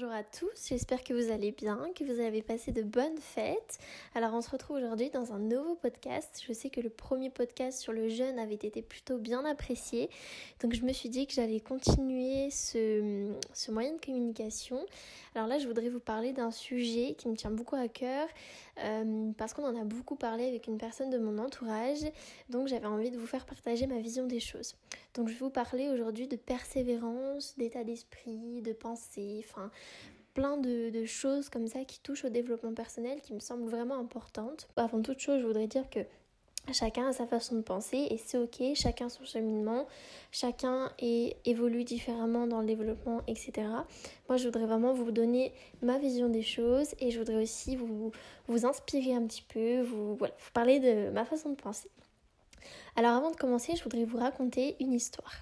Bonjour à tous, j'espère que vous allez bien, que vous avez passé de bonnes fêtes. Alors on se retrouve aujourd'hui dans un nouveau podcast. Je sais que le premier podcast sur le jeûne avait été plutôt bien apprécié, donc je me suis dit que j'allais continuer ce moyen de communication. Alors là je voudrais vous parler d'un sujet qui me tient beaucoup à cœur, parce qu'on en a beaucoup parlé avec une personne de mon entourage, donc j'avais envie de vous faire partager ma vision des choses. Donc je vais vous parler aujourd'hui de persévérance, d'état d'esprit, de pensée, plein de choses comme ça qui touchent au développement personnel qui me semblent vraiment importantes. Avant toute chose, je voudrais dire que chacun a sa façon de penser et c'est ok, chacun son cheminement, chacun évolue différemment dans le développement, etc. Moi, je voudrais vraiment vous donner ma vision des choses et je voudrais aussi vous inspirer un petit peu, vous parler de ma façon de penser. Alors avant de commencer, je voudrais vous raconter une histoire.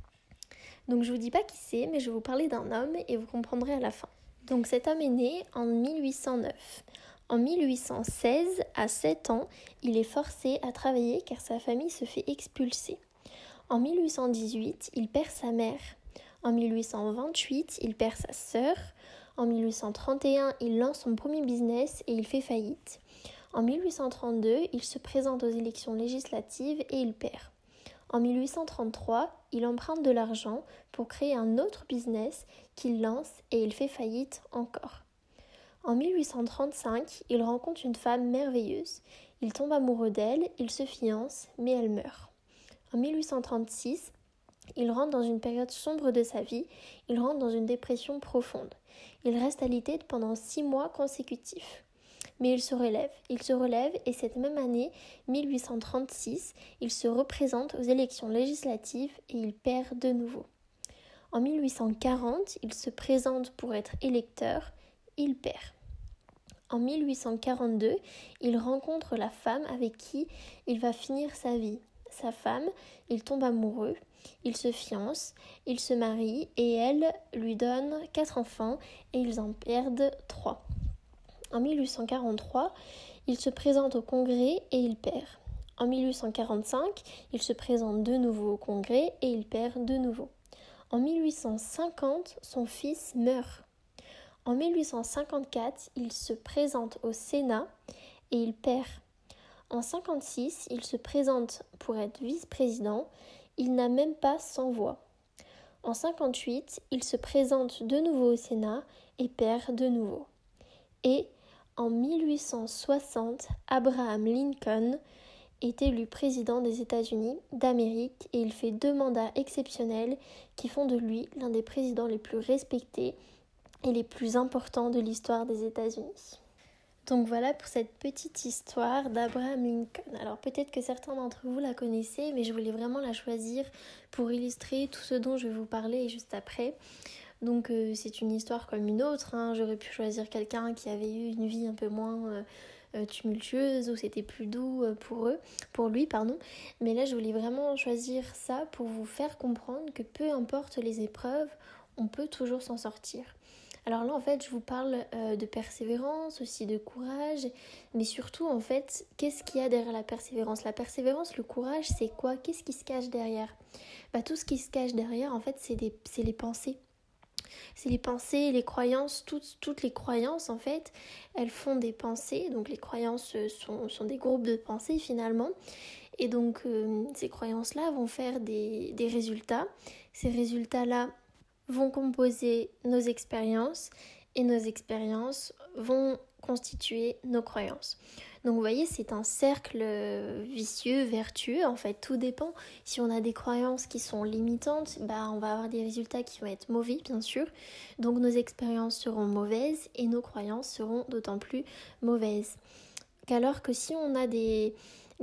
Donc je vous dis pas qui c'est, mais je vais vous parler d'un homme et vous comprendrez à la fin. Donc cet homme est né en 1809. En 1816, à 7 ans, il est forcé à travailler car sa famille se fait expulser. En 1818, il perd sa mère. En 1828, il perd sa sœur. En 1831, il lance son premier business et il fait faillite. En 1832, il se présente aux élections législatives et il perd. En 1833, il emprunte de l'argent pour créer un autre business qu'il lance et il fait faillite encore. En 1835, il rencontre une femme merveilleuse. Il tombe amoureux d'elle, il se fiance, mais elle meurt. En 1836, il rentre dans une période sombre de sa vie, il rentre dans une dépression profonde. Il reste alité pendant 6 mois consécutifs. Mais il se relève et cette même année, 1836, il se représente aux élections législatives et il perd de nouveau. En 1840, il se présente pour être électeur, il perd. En 1842, il rencontre la femme avec qui il va finir sa vie. Sa femme, il tombe amoureux, il se fiance, il se marie et elle lui donne 4 enfants et ils en perdent 3. En 1843, il se présente au Congrès et il perd. En 1845, il se présente de nouveau au Congrès et il perd de nouveau. En 1850, son fils meurt. En 1854, il se présente au Sénat et il perd. En 1956, il se présente pour être vice-président. Il n'a même pas 100 voix. En 1958, il se présente de nouveau au Sénat et perd de nouveau. Et en 1860, Abraham Lincoln est élu président des États-Unis d'Amérique et il fait 2 mandats exceptionnels qui font de lui l'un des présidents les plus respectés et les plus importants de l'histoire des États-Unis. Donc voilà pour cette petite histoire d'Abraham Lincoln. Alors peut-être que certains d'entre vous la connaissez, mais je voulais vraiment la choisir pour illustrer tout ce dont je vais vous parler juste après. Donc c'est une histoire comme une autre, J'aurais pu choisir quelqu'un qui avait eu une vie un peu moins tumultueuse, où c'était plus doux pour lui. Mais là je voulais vraiment choisir ça pour vous faire comprendre que peu importe les épreuves, on peut toujours s'en sortir. Alors là en fait je vous parle de persévérance, aussi de courage, mais surtout en fait qu'est-ce qu'il y a derrière la persévérance ? La persévérance, le courage, c'est quoi ? Qu'est-ce qui se cache derrière ? Tout ce qui se cache derrière en fait c'est les pensées. C'est les pensées, les croyances, toutes les croyances en fait, elles font des pensées, donc les croyances sont des groupes de pensées finalement, et donc ces croyances-là vont faire des résultats, ces résultats-là vont composer nos expériences, et nos expériences vont constituer nos croyances. Donc vous voyez, c'est un cercle vicieux, vertueux, en fait, tout dépend. Si on a des croyances qui sont limitantes, on va avoir des résultats qui vont être mauvais, bien sûr. Donc nos expériences seront mauvaises et nos croyances seront d'autant plus mauvaises. Alors que si on a des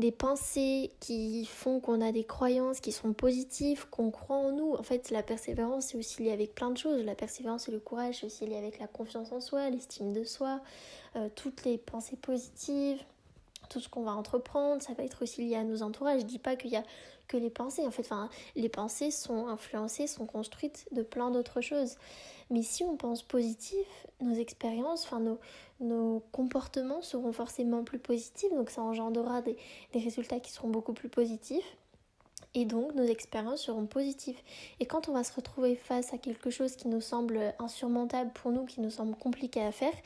pensées qui font qu'on a des croyances qui sont positives, qu'on croit en nous. En fait, la persévérance, c'est aussi lié avec plein de choses. La persévérance et le courage, c'est aussi lié avec la confiance en soi, l'estime de soi, toutes les pensées positives, tout ce qu'on va entreprendre. Ça va être aussi lié à nos entourages. Je dis pas qu'il y a que les pensées. En fait, les pensées sont influencées, sont construites de plein d'autres choses. Mais si on pense positif, nos expériences, nos comportements seront forcément plus positifs, donc ça engendrera des résultats qui seront beaucoup plus positifs. et donc nos expériences seront positives. Et quand on va se retrouver face à quelque chose qui nous semble insurmontable pour nous, qui nous semble compliqué à faire,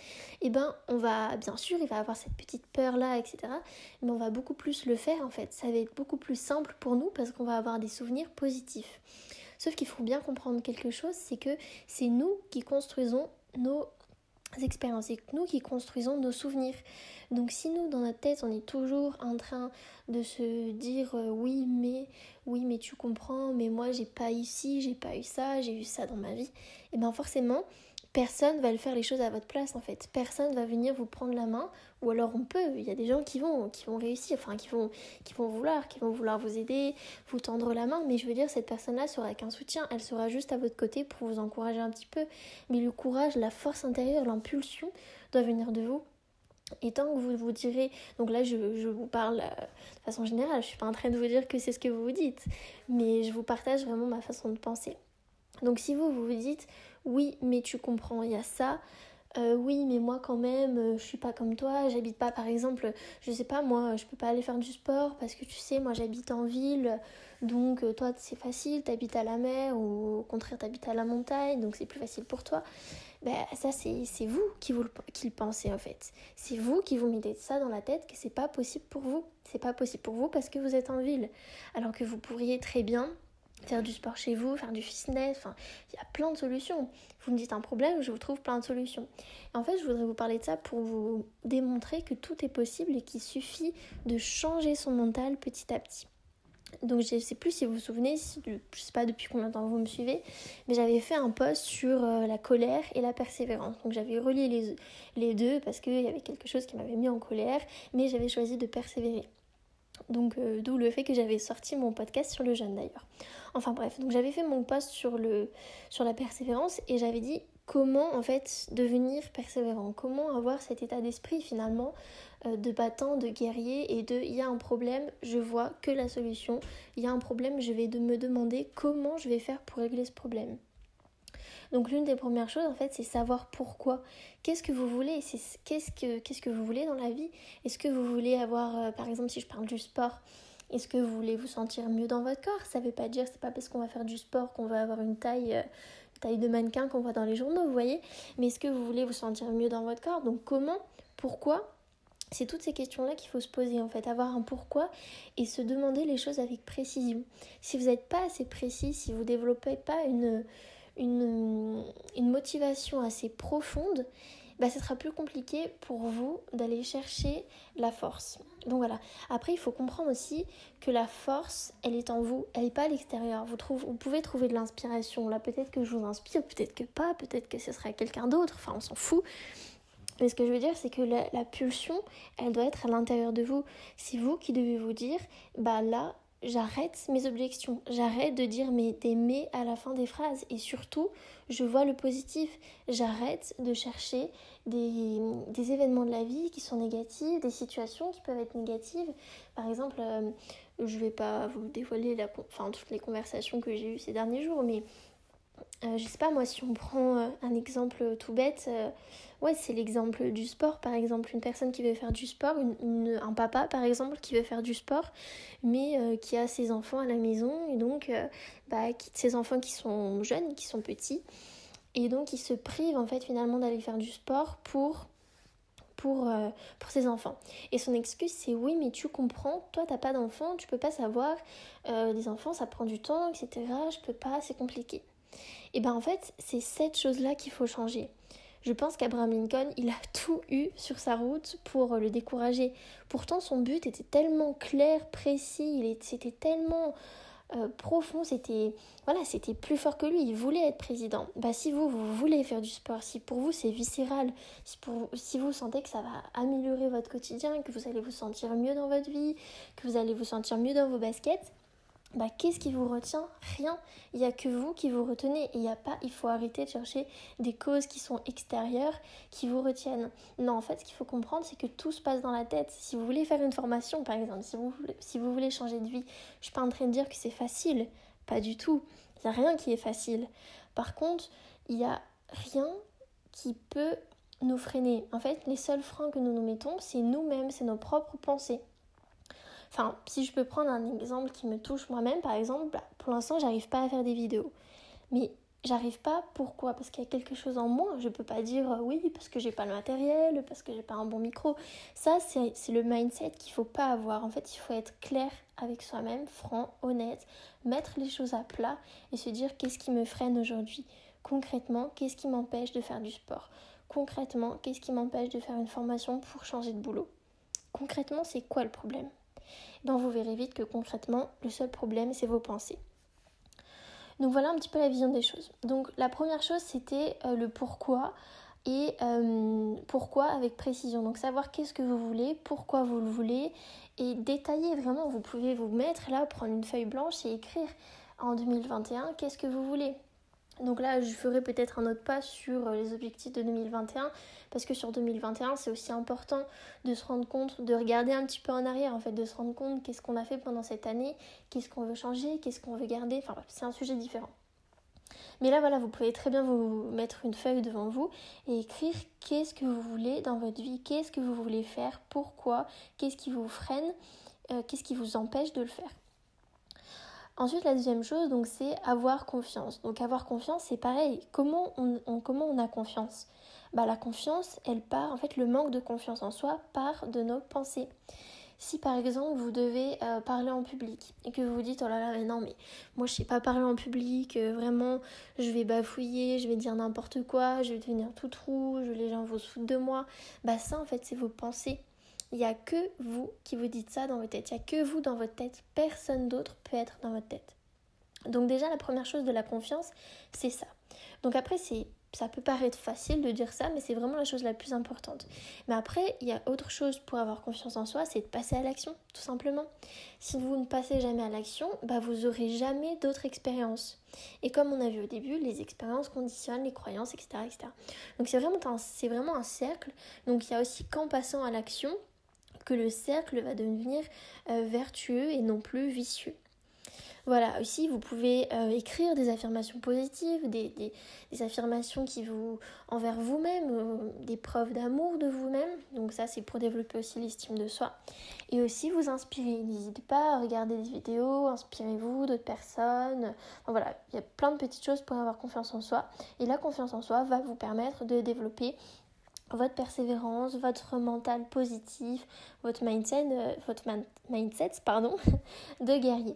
on va, bien sûr, il va avoir cette petite peur-là, etc. Mais on va beaucoup plus le faire en fait. Ça va être beaucoup plus simple pour nous parce qu'on va avoir des souvenirs positifs. Sauf qu'il faut bien comprendre quelque chose, c'est que c'est nous qui construisons nos expériences, c'est nous qui construisons nos souvenirs. Donc si nous, dans notre tête, on est toujours en train de se dire oui mais tu comprends, mais moi j'ai pas eu ci, j'ai pas eu ça, j'ai eu ça dans ma vie, et forcément personne va le faire les choses à votre place en fait. Personne va venir vous prendre la main, ou alors on peut, il y a des gens qui vont réussir, qui vont vouloir vous aider, vous tendre la main, mais je veux dire, cette personne-là sera qu'un soutien, elle sera juste à votre côté pour vous encourager un petit peu, mais le courage, la force intérieure, l'impulsion doit venir de vous. Et tant que vous vous direz, donc là je vous parle de façon générale, je suis pas en train de vous dire que c'est ce que vous vous dites, mais je vous partage vraiment ma façon de penser. Donc si vous vous dites, oui mais tu comprends, il y a ça, oui mais moi quand même, je suis pas comme toi, j'habite pas par exemple, je sais pas moi, je peux pas aller faire du sport parce que tu sais, moi j'habite en ville, donc toi c'est facile, t'habites à la mer, ou au contraire t'habites à la montagne, donc c'est plus facile pour toi. Ça c'est vous qui le pensez en fait. C'est vous qui vous mettez ça dans la tête que c'est pas possible pour vous. C'est pas possible pour vous parce que vous êtes en ville. Alors que vous pourriez très bien faire du sport chez vous, faire du fitness, il y a plein de solutions. Vous me dites un problème, je vous trouve plein de solutions. Et en fait, je voudrais vous parler de ça pour vous démontrer que tout est possible et qu'il suffit de changer son mental petit à petit. Donc je ne sais plus si vous vous souvenez, je ne sais pas depuis combien de temps vous me suivez, mais j'avais fait un post sur la colère et la persévérance. Donc j'avais relié les deux parce qu'il y avait quelque chose qui m'avait mis en colère, mais j'avais choisi de persévérer. Donc d'où le fait que j'avais sorti mon podcast sur le jeûne d'ailleurs. Enfin bref, donc j'avais fait mon post sur la persévérance et j'avais dit comment en fait devenir persévérant, comment avoir cet état d'esprit finalement de battant, de guerrier et il y a un problème, je vois que la solution, il y a un problème, je vais me demander comment je vais faire pour régler ce problème. Donc l'une des premières choses en fait c'est savoir pourquoi. Qu'est-ce que vous voulez ? Qu'est-ce que vous voulez dans la vie ? Est-ce que vous voulez avoir, par exemple si je parle du sport, est-ce que vous voulez vous sentir mieux dans votre corps ? Ça veut pas dire, c'est pas parce qu'on va faire du sport qu'on va avoir une taille de mannequin qu'on voit dans les journaux, vous voyez ? Mais est-ce que vous voulez vous sentir mieux dans votre corps ? Donc comment ? Pourquoi ? C'est toutes ces questions-là qu'il faut se poser en fait, avoir un pourquoi et se demander les choses avec précision. Si vous n'êtes pas assez précis, si vous ne développez pas une motivation assez profonde, ce sera plus compliqué pour vous d'aller chercher la force. Donc voilà. Après, il faut comprendre aussi que la force, elle est en vous, elle n'est pas à l'extérieur. Vous pouvez trouver de l'inspiration. Là, peut-être que je vous inspire, peut-être que pas, peut-être que ce sera quelqu'un d'autre. Enfin, on s'en fout. Mais ce que je veux dire, c'est que la pulsion, elle doit être à l'intérieur de vous. C'est vous qui devez vous dire, là, j'arrête mes objections. J'arrête de dire des mais à la fin des phrases. Et surtout, je vois le positif. J'arrête de chercher des événements de la vie qui sont négatifs, des situations qui peuvent être négatives. Par exemple, je vais pas vous dévoiler toutes les conversations que j'ai eues ces derniers jours, mais je sais pas moi, si on prend un exemple tout bête, c'est l'exemple du sport par exemple, une personne qui veut faire du sport, un papa par exemple qui veut faire du sport mais qui a ses enfants à la maison et donc ses enfants qui sont jeunes, qui sont petits et donc il se prive en fait finalement d'aller faire du sport pour ses enfants. Et son excuse c'est oui mais tu comprends, toi t'as pas d'enfants, tu peux pas savoir, des enfants ça prend du temps etc, je peux pas, c'est compliqué. Et en fait, c'est cette chose-là qu'il faut changer. Je pense qu'Abraham Lincoln, il a tout eu sur sa route pour le décourager. Pourtant, son but était tellement clair, précis, c'était tellement profond, c'était plus fort que lui, il voulait être président. Si vous voulez faire du sport, si pour vous c'est viscéral, si vous sentez que ça va améliorer votre quotidien, que vous allez vous sentir mieux dans votre vie, que vous allez vous sentir mieux dans vos baskets, qu'est-ce qui vous retient ? Rien. Il n'y a que vous qui vous retenez. Et il faut arrêter de chercher des causes qui sont extérieures, qui vous retiennent. Non, en fait, ce qu'il faut comprendre, c'est que tout se passe dans la tête. Si vous voulez faire une formation, par exemple, si vous voulez changer de vie, je ne suis pas en train de dire que c'est facile. Pas du tout. Il n'y a rien qui est facile. Par contre, il n'y a rien qui peut nous freiner. En fait, les seuls freins que nous nous mettons, c'est nous-mêmes, c'est nos propres pensées. Enfin, si je peux prendre un exemple qui me touche moi-même, par exemple, pour l'instant, j'arrive pas à faire des vidéos. Mais j'arrive pas, pourquoi? Parce qu'il y a quelque chose en moi. Je peux pas dire oui, parce que j'ai pas le matériel, parce que j'ai pas un bon micro. Ça, c'est le mindset qu'il faut pas avoir. En fait, il faut être clair avec soi-même, franc, honnête, mettre les choses à plat et se dire qu'est-ce qui me freine aujourd'hui? Concrètement, qu'est-ce qui m'empêche de faire du sport? Concrètement, qu'est-ce qui m'empêche de faire une formation pour changer de boulot? Concrètement, c'est quoi le problème? Donc vous verrez vite que concrètement, le seul problème, c'est vos pensées. Donc voilà un petit peu la vision des choses. Donc la première chose, c'était le pourquoi et pourquoi avec précision. Donc savoir qu'est-ce que vous voulez, pourquoi vous le voulez et détailler vraiment. Vous pouvez vous mettre là, prendre une feuille blanche et écrire en 2021 qu'est-ce que vous voulez. Donc là, je ferai peut-être un autre pas sur les objectifs de 2021 parce que sur 2021, c'est aussi important de se rendre compte, de regarder un petit peu en arrière en fait, de se rendre compte qu'est-ce qu'on a fait pendant cette année, qu'est-ce qu'on veut changer, qu'est-ce qu'on veut garder, enfin c'est un sujet différent. Mais là voilà, vous pouvez très bien vous mettre une feuille devant vous et écrire qu'est-ce que vous voulez dans votre vie, qu'est-ce que vous voulez faire, pourquoi, qu'est-ce qui vous freine, qu'est-ce qui vous empêche de le faire. Ensuite, la deuxième chose, donc, c'est avoir confiance. Donc, avoir confiance, c'est pareil. Comment on a confiance? La confiance, elle part, en fait, le manque de confiance en soi part de nos pensées. Si, par exemple, vous devez parler en public et que vous vous dites, oh là là, mais non, mais moi, je sais pas parler en public, vraiment, je vais bafouiller, je vais dire n'importe quoi, je vais devenir toute rouge, les gens vont se foutre de moi. Ça, en fait, c'est vos pensées. Il n'y a que vous qui vous dites ça dans votre tête. Il n'y a que vous dans votre tête. Personne d'autre peut être dans votre tête. Donc déjà, la première chose de la confiance, c'est ça. Donc après, ça peut paraître facile de dire ça, mais c'est vraiment la chose la plus importante. Mais après, il y a autre chose pour avoir confiance en soi, c'est de passer à l'action, tout simplement. Si vous ne passez jamais à l'action, vous n'aurez jamais d'autres expériences. Et comme on a vu au début, les expériences conditionnent les croyances, etc. etc. Donc c'est vraiment un cercle. Donc il y a aussi qu'en passant à l'action, que le cercle va devenir vertueux et non plus vicieux. Voilà, aussi vous pouvez écrire des affirmations positives, des affirmations qui vous envers vous-même, des preuves d'amour de vous-même. Donc ça, c'est pour développer aussi l'estime de soi. Et aussi vous inspirer. N'hésitez pas à regarder des vidéos, inspirez-vous d'autres personnes. Enfin, voilà, il y a plein de petites choses pour avoir confiance en soi. Et la confiance en soi va vous permettre de développer votre persévérance, votre mental positif, votre mindset, de guerrier.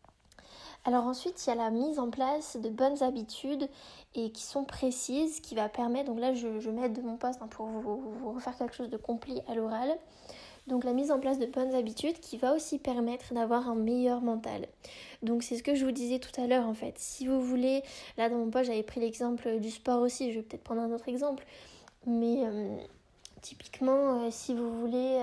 Alors ensuite, il y a la mise en place de bonnes habitudes et qui sont précises, qui va permettre, donc là je m'aide de mon poste pour vous refaire quelque chose de complet à l'oral. Donc la mise en place de bonnes habitudes qui va aussi permettre d'avoir un meilleur mental. Donc c'est ce que je vous disais tout à l'heure en fait. Si vous voulez, là dans mon poste j'avais pris l'exemple du sport aussi, je vais peut-être prendre un autre exemple. Mais typiquement, si vous voulez,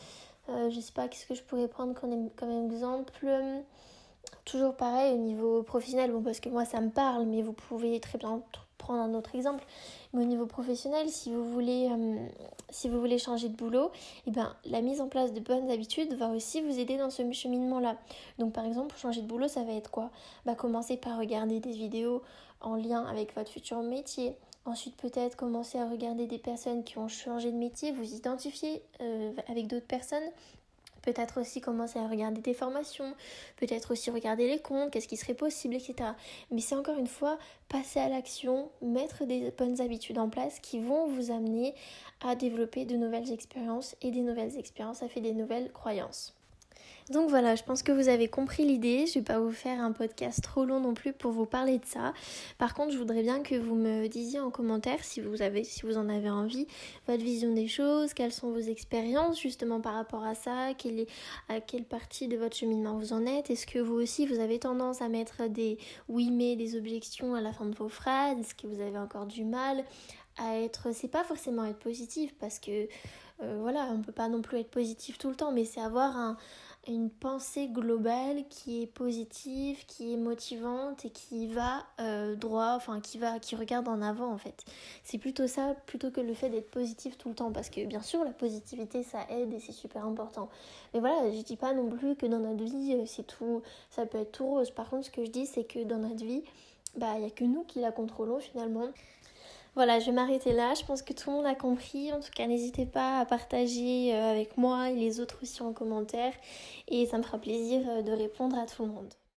je sais pas, qu'est-ce que je pourrais prendre comme exemple, toujours pareil au niveau professionnel, bon parce que moi ça me parle, mais vous pouvez très bien prendre un autre exemple. Mais au niveau professionnel, si vous voulez changer de boulot, la mise en place de bonnes habitudes va aussi vous aider dans ce cheminement-là. Donc par exemple, pour changer de boulot, ça va être quoi? Commencez par regarder des vidéos en lien avec votre futur métier. Ensuite, peut-être commencer à regarder des personnes qui ont changé de métier, vous identifier avec d'autres personnes. Peut-être aussi commencer à regarder des formations, peut-être aussi regarder les comptes, qu'est-ce qui serait possible, etc. Mais c'est encore une fois passer à l'action, mettre des bonnes habitudes en place qui vont vous amener à développer de nouvelles expériences et des nouvelles expériences, ça fait des nouvelles croyances. Donc voilà, je pense que vous avez compris l'idée. Je ne vais pas vous faire un podcast trop long non plus pour vous parler de ça. Par contre, je voudrais bien que vous me disiez en commentaire si vous en avez envie, votre vision des choses, quelles sont vos expériences justement par rapport à ça, à quelle partie de votre cheminement vous en êtes. Est-ce que vous aussi vous avez tendance à mettre des oui mais, des objections à la fin de vos phrases? Est-ce que vous avez encore du mal à être... C'est pas forcément être positif parce que on peut pas non plus être positif tout le temps, mais c'est avoir une pensée globale qui est positive, qui est motivante et qui va droit, qui regarde en avant en fait. C'est plutôt ça, plutôt que le fait d'être positif tout le temps, parce que bien sûr la positivité ça aide et c'est super important. Mais voilà, je dis pas non plus que dans notre vie c'est tout, ça peut être tout rose. Par contre ce que je dis c'est que dans notre vie, il y a que nous qui la contrôlons finalement. Voilà, je vais m'arrêter là. Je pense que tout le monde a compris. En tout cas, n'hésitez pas à partager avec moi et les autres aussi en commentaire. Et ça me fera plaisir de répondre à tout le monde.